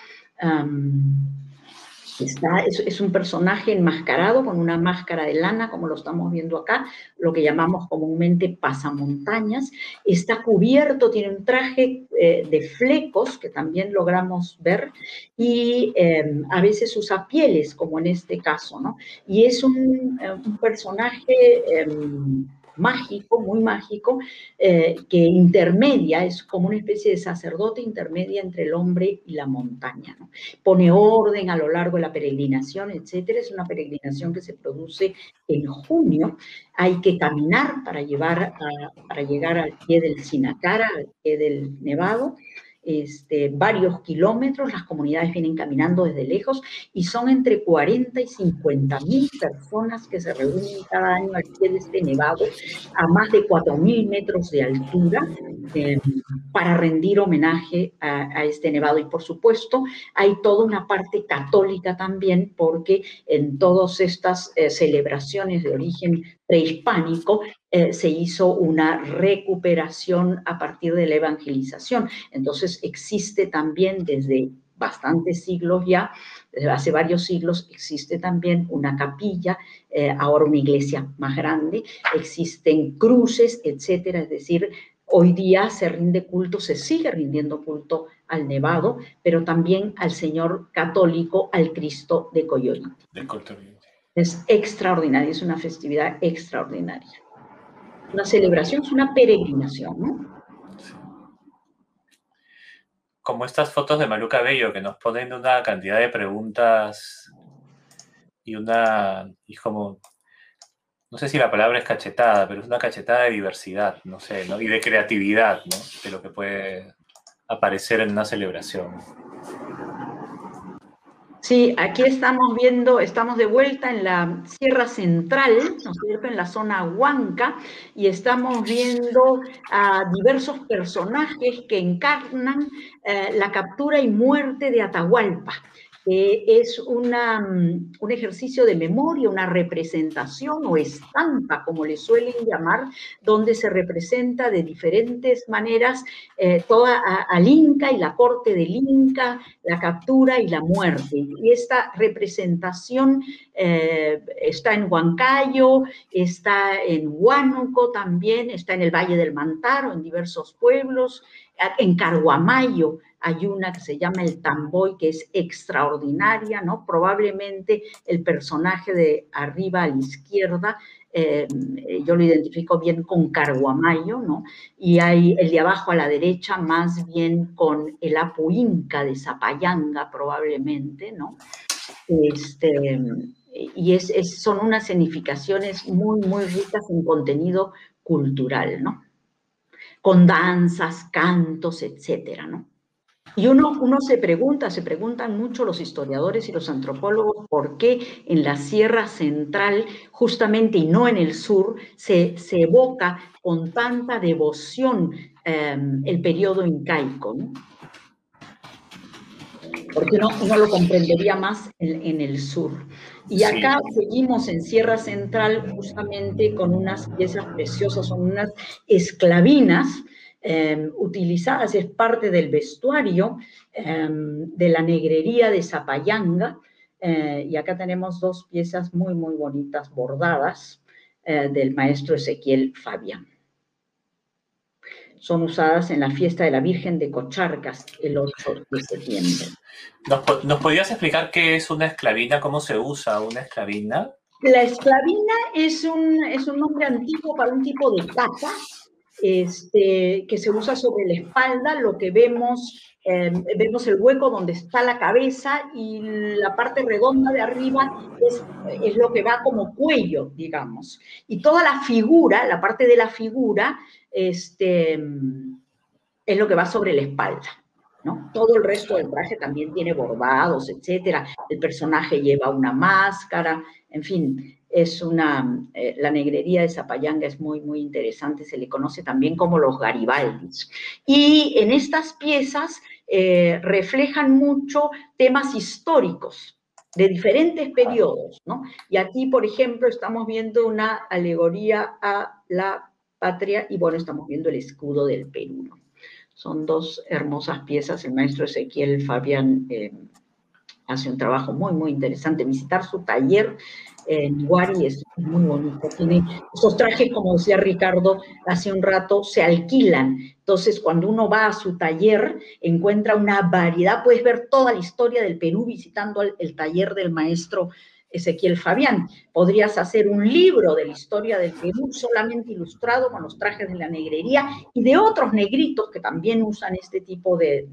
es un personaje enmascarado con una máscara de lana, como lo estamos viendo acá, lo que llamamos comúnmente pasamontañas. Está cubierto, tiene un traje de flecos, que también logramos ver, y a veces usa pieles, como en este caso, ¿no? Y es un personaje mágico, muy mágico, que intermedia, es como una especie de sacerdote intermedia entre el hombre y la montaña, ¿no? Pone orden a lo largo de la peregrinación, etcétera. Es una peregrinación que se produce en junio. Hay que caminar para llegar al pie del Sinacara, al pie del Nevado. Varios kilómetros, las comunidades vienen caminando desde lejos y son entre 40 y 50.000 personas que se reúnen cada año al pie de este nevado a más de 4.000 metros de altura, para rendir homenaje a este nevado. Y por supuesto hay toda una parte católica también, porque en todas estas celebraciones de origen prehispánico se hizo una recuperación a partir de la evangelización. Entonces existe también desde bastantes siglos ya, desde hace varios siglos, existe también una capilla, ahora una iglesia más grande, existen cruces, etcétera. Es decir, hoy día se rinde culto, se sigue rindiendo culto al Nevado, pero también al Señor católico, al Cristo de Coyoliti. Es extraordinario, es una festividad extraordinaria. Una celebración, es una peregrinación, ¿no? Como estas fotos de Malú Cabello que nos ponen una cantidad de preguntas y como, no sé si la palabra es cachetada, pero es una cachetada de diversidad, no sé, ¿no? Y de creatividad, ¿no? De lo que puede aparecer en una celebración. Sí, aquí estamos viendo, estamos de vuelta en la Sierra Central, ¿no es cierto?, en la zona Huanca, y estamos viendo a diversos personajes que encarnan la captura y muerte de Atahualpa, es un ejercicio de memoria, una representación o estampa, como le suelen llamar, donde se representa de diferentes maneras toda al Inca y la corte del Inca, la captura y la muerte. Y esta representación está en Huancayo, está en Huánuco también, está en el Valle del Mantaro, en diversos pueblos, en Carhuamayo hay una que se llama el Tamboy, que es extraordinaria, ¿no? Probablemente el personaje de arriba a la izquierda, yo lo identifico bien con Carhuamayo, ¿no? Y hay el de abajo a la derecha más bien con el Apu Inca de Zapayanga, probablemente, ¿no? Y son unas significaciones muy, muy ricas en contenido cultural, ¿no? Con danzas, cantos, etcétera, ¿no? Y uno se preguntan mucho los historiadores y los antropólogos por qué en la Sierra Central, justamente y no en el sur, se evoca con tanta devoción el periodo incaico, ¿no? Porque uno lo comprendería más en el sur. Y acá seguimos en Sierra Central justamente con unas piezas preciosas, son unas esclavinas utilizadas, es parte del vestuario de la negrería de Zapayanga, y acá tenemos dos piezas muy, muy bonitas bordadas del maestro Ezequiel Fabián. Son usadas en la fiesta de la Virgen de Cocharcas el 8 de septiembre. ¿Nos podrías explicar qué es una esclavina? ¿Cómo se usa una esclavina? La esclavina es un nombre antiguo para un tipo de capa que se usa sobre la espalda. Lo que vemos el hueco donde está la cabeza y la parte redonda de arriba es lo que va como cuello, digamos. Y toda la figura, la parte de la figura, es lo que va sobre la espalda, ¿no? Todo el resto del traje también tiene bordados, etcétera. El personaje lleva una máscara, en fin, la negrería de Zapayanga es muy, muy interesante, se le conoce también como los Garibaldis. Y en estas piezas reflejan mucho temas históricos de diferentes periodos, ¿no? Y aquí, por ejemplo, estamos viendo una alegoría a la patria y, bueno, estamos viendo el escudo del Perú, ¿no? Son dos hermosas piezas. El maestro Ezequiel Fabián hace un trabajo muy, muy interesante. Visitar su taller en Guari es muy bonito. Tiene esos trajes, como decía Ricardo hace un rato, se alquilan. Entonces, cuando uno va a su taller, encuentra una variedad. Puedes ver toda la historia del Perú visitando el taller del maestro Ezequiel Fabián. Podrías hacer un libro de la historia del Perú solamente ilustrado con los trajes de la negrería y de otros negritos que también usan este tipo de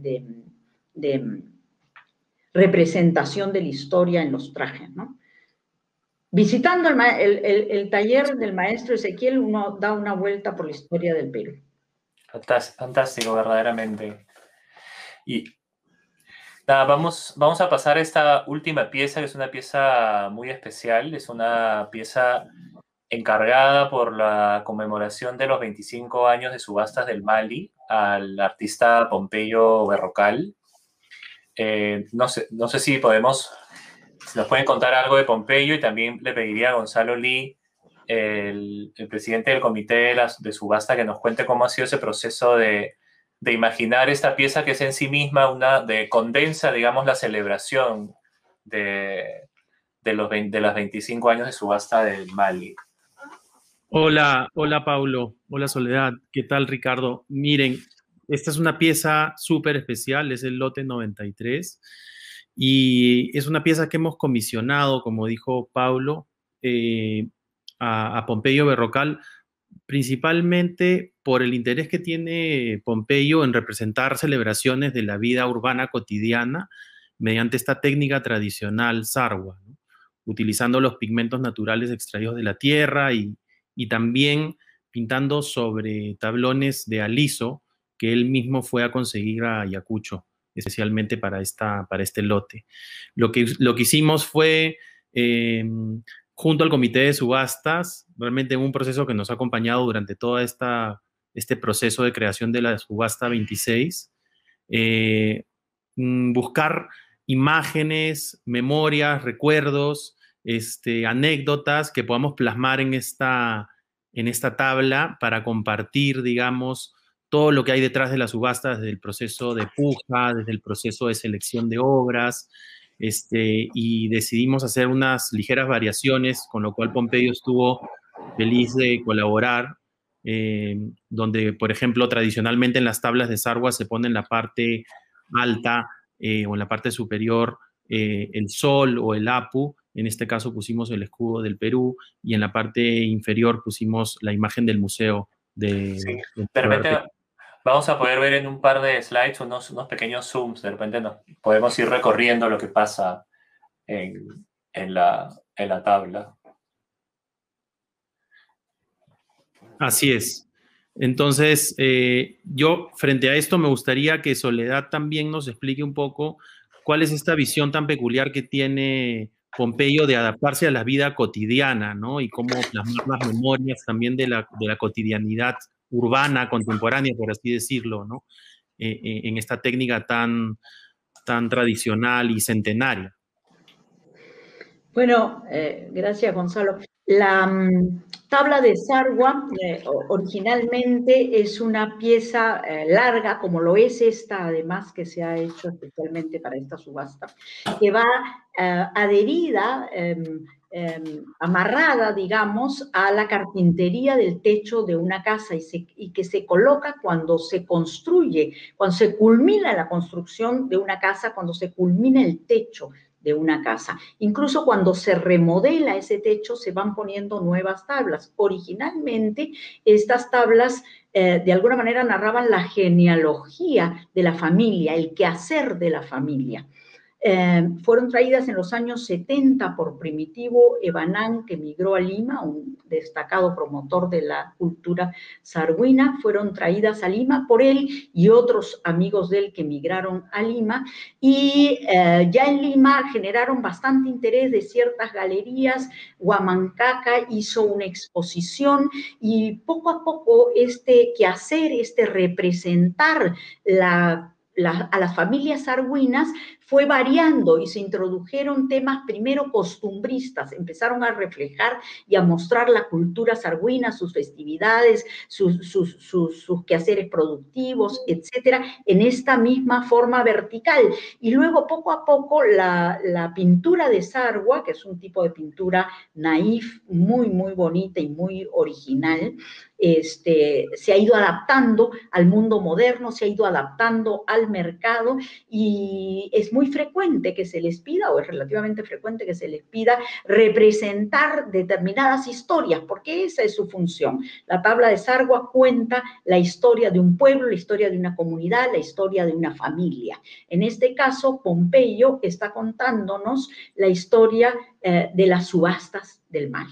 representación de la historia en los trajes, ¿no? Visitando el taller del maestro Ezequiel, uno da una vuelta por la historia del Perú. Fantástico, verdaderamente. Y nada, vamos a pasar a esta última pieza, que es una pieza muy especial. Es una pieza encargada por la conmemoración de los 25 años de subastas del Mali al artista Pompeyo Berrocal. No sé si nos pueden contar algo de Pompeyo, y también le pediría a Gonzalo Lee, el presidente del comité de subasta, que nos cuente cómo ha sido ese proceso de imaginar esta pieza, que es en sí misma condensa, digamos, la celebración de los 25 años de subasta del Mali. Hola Paulo, hola Soledad, ¿qué tal Ricardo? Miren, esta es una pieza súper especial, es el lote 93 y es una pieza que hemos comisionado, como dijo Paulo, a Pompeyo Berrocal, principalmente por el interés que tiene Pompeyo en representar celebraciones de la vida urbana cotidiana mediante esta técnica tradicional sarwa, ¿no? Utilizando los pigmentos naturales extraídos de la tierra y también pintando sobre tablones de aliso que él mismo fue a conseguir a Ayacucho, especialmente para este lote. Lo que hicimos fue, junto al comité de subastas, realmente un proceso que nos ha acompañado durante todo este proceso de creación de la subasta 26, buscar imágenes, memorias, recuerdos, anécdotas que podamos plasmar en esta tabla para compartir, digamos, todo lo que hay detrás de la subasta, desde el proceso de puja, desde el proceso de selección de obras, y decidimos hacer unas ligeras variaciones, con lo cual Pompeyo estuvo feliz de colaborar, donde, por ejemplo, tradicionalmente en las tablas de Sarwa se pone en la parte alta o en la parte superior el sol o el Apu. En este caso pusimos el escudo del Perú, y en la parte inferior pusimos la imagen del museo Sí. De repente vamos a poder ver en un par de slides unos pequeños zooms. De repente podemos ir recorriendo lo que pasa en la tabla. Así es. Entonces, yo frente a esto me gustaría que Soledad también nos explique un poco cuál es esta visión tan peculiar que tiene Pompeyo de adaptarse a la vida cotidiana, ¿no? Y cómo plasmar las memorias también de la cotidianidad urbana, contemporánea, por así decirlo, ¿no? En esta técnica tan tradicional y centenaria. Bueno, gracias, Gonzalo. La tabla de Sarwa originalmente es una pieza larga, como lo es esta, además, que se ha hecho especialmente para esta subasta, que va adherida, amarrada, digamos, a la carpintería del techo de una casa y que se coloca cuando se construye, cuando se culmina la construcción de una casa, cuando se culmina el techo de una casa. Incluso cuando se remodela ese techo, se van poniendo nuevas tablas. Originalmente, estas tablas de alguna manera narraban la genealogía de la familia, el quehacer de la familia. Fueron traídas en los años 70 por Primitivo Ebanán, que migró a Lima, un destacado promotor de la cultura sarguina. Fueron traídas a Lima por él y otros amigos de él que migraron a Lima, y ya en Lima generaron bastante interés de ciertas galerías. Huamancaca hizo una exposición, y poco a poco este quehacer, representar a las familias sarguinas fue variando, y se introdujeron temas primero costumbristas, empezaron a reflejar y a mostrar la cultura sarguina, sus festividades, sus quehaceres productivos, etcétera, en esta misma forma vertical. Y luego, poco a poco, la pintura de Sarwa, que es un tipo de pintura naif, muy, muy bonita y muy original, se ha ido adaptando al mundo moderno, se ha ido adaptando al mercado, y es muy frecuente que se les pida, o es relativamente frecuente que se les pida, representar determinadas historias, porque esa es su función. La tabla de Sarwa cuenta la historia de un pueblo, la historia de una comunidad, la historia de una familia. En este caso, Pompeyo está contándonos la historia de las subastas del mal.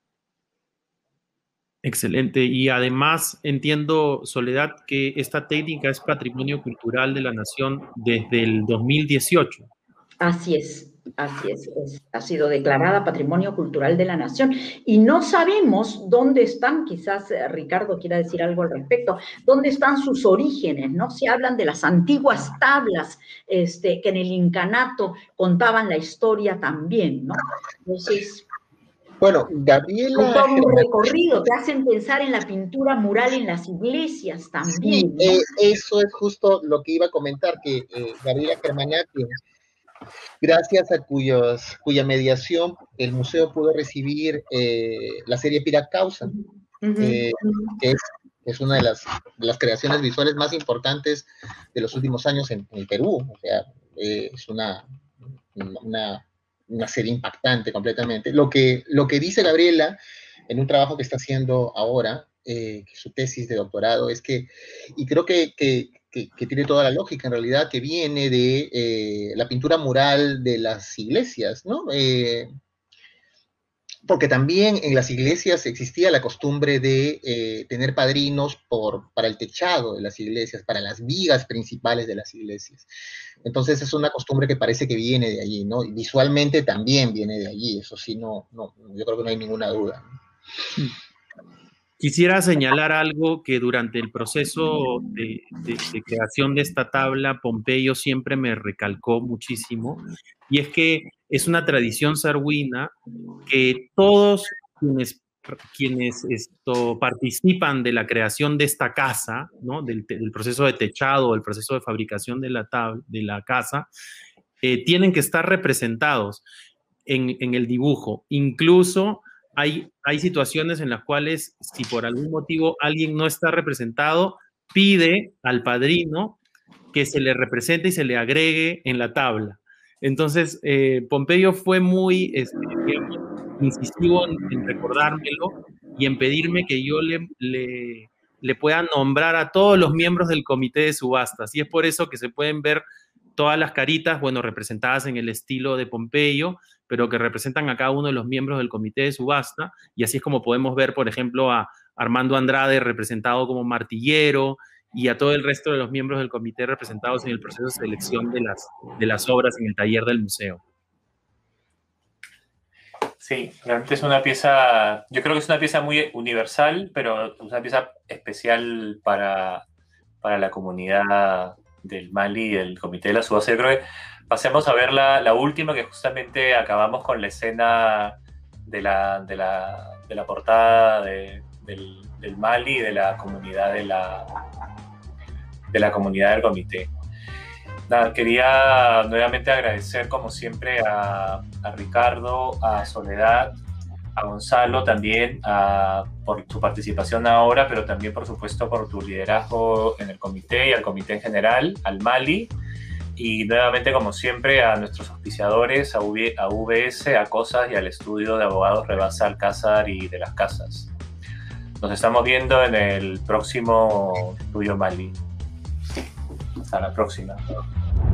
Excelente. Y además entiendo, Soledad, que esta técnica es patrimonio cultural de la nación desde el 2018. Así es, así es. Ha sido declarada Patrimonio Cultural de la Nación, y no sabemos dónde están, quizás Ricardo quiera decir algo al respecto, dónde están sus orígenes, ¿no? Se hablan de las antiguas tablas que en el incanato contaban la historia también, ¿no? Entonces, bueno, Gabriela... todo un recorrido, te hacen pensar en la pintura mural en las iglesias también, sí, ¿no? eso es justo lo que iba a comentar, que Gabriela Germanati, gracias a cuya mediación el museo pudo recibir la serie Pirat Causa, que es una de las creaciones visuales más importantes de los últimos años en el Perú. O sea, es una serie impactante completamente. Lo que dice Gabriela en un trabajo que está haciendo ahora, su tesis de doctorado, es que, y creo que tiene toda la lógica en realidad, que viene de la pintura mural de las iglesias, ¿no? Porque también en las iglesias existía la costumbre de tener padrinos para el techado de las iglesias, para las vigas principales de las iglesias. Entonces es una costumbre que parece que viene de allí, ¿no? Y visualmente también viene de allí, eso sí, yo creo que no hay ninguna duda, ¿no? Quisiera señalar algo que durante el proceso de creación de esta tabla, Pompeyo siempre me recalcó muchísimo, y es que es una tradición sarguina que todos quienes participan de la creación de esta casa, ¿no? del proceso de techado, el proceso de fabricación de la casa, tienen que estar representados en el dibujo. Incluso hay situaciones en las cuales, si por algún motivo alguien no está representado, pide al padrino que se le represente y se le agregue en la tabla. Entonces, Pompeyo fue muy digamos, incisivo en recordármelo y en pedirme que yo le pueda nombrar a todos los miembros del comité de subastas. Y es por eso que se pueden ver todas las caritas, bueno, representadas en el estilo de Pompeyo, pero que representan a cada uno de los miembros del comité de subasta, y así es como podemos ver, por ejemplo, a Armando Andrade representado como martillero, y a todo el resto de los miembros del comité representados en el proceso de selección de las obras en el taller del museo. Sí, realmente es una pieza, yo creo que es una pieza muy universal, pero es una pieza especial para la comunidad del Mali y del Comité de la Subasta. Yo creo que pasemos a ver la última, que justamente acabamos con la escena de la portada del Mali y de la comunidad de la comunidad del comité. Nada, quería nuevamente agradecer como siempre a Ricardo, a Soledad, a Gonzalo también por tu participación ahora, pero también por supuesto por tu liderazgo en el comité y al comité en general, al Mali, y nuevamente como siempre a nuestros auspiciadores, a VS, a COSAS y al estudio de abogados Rebasa Alcázar y de las Casas. Nos estamos viendo en el próximo Estudio Mali. Hasta la próxima.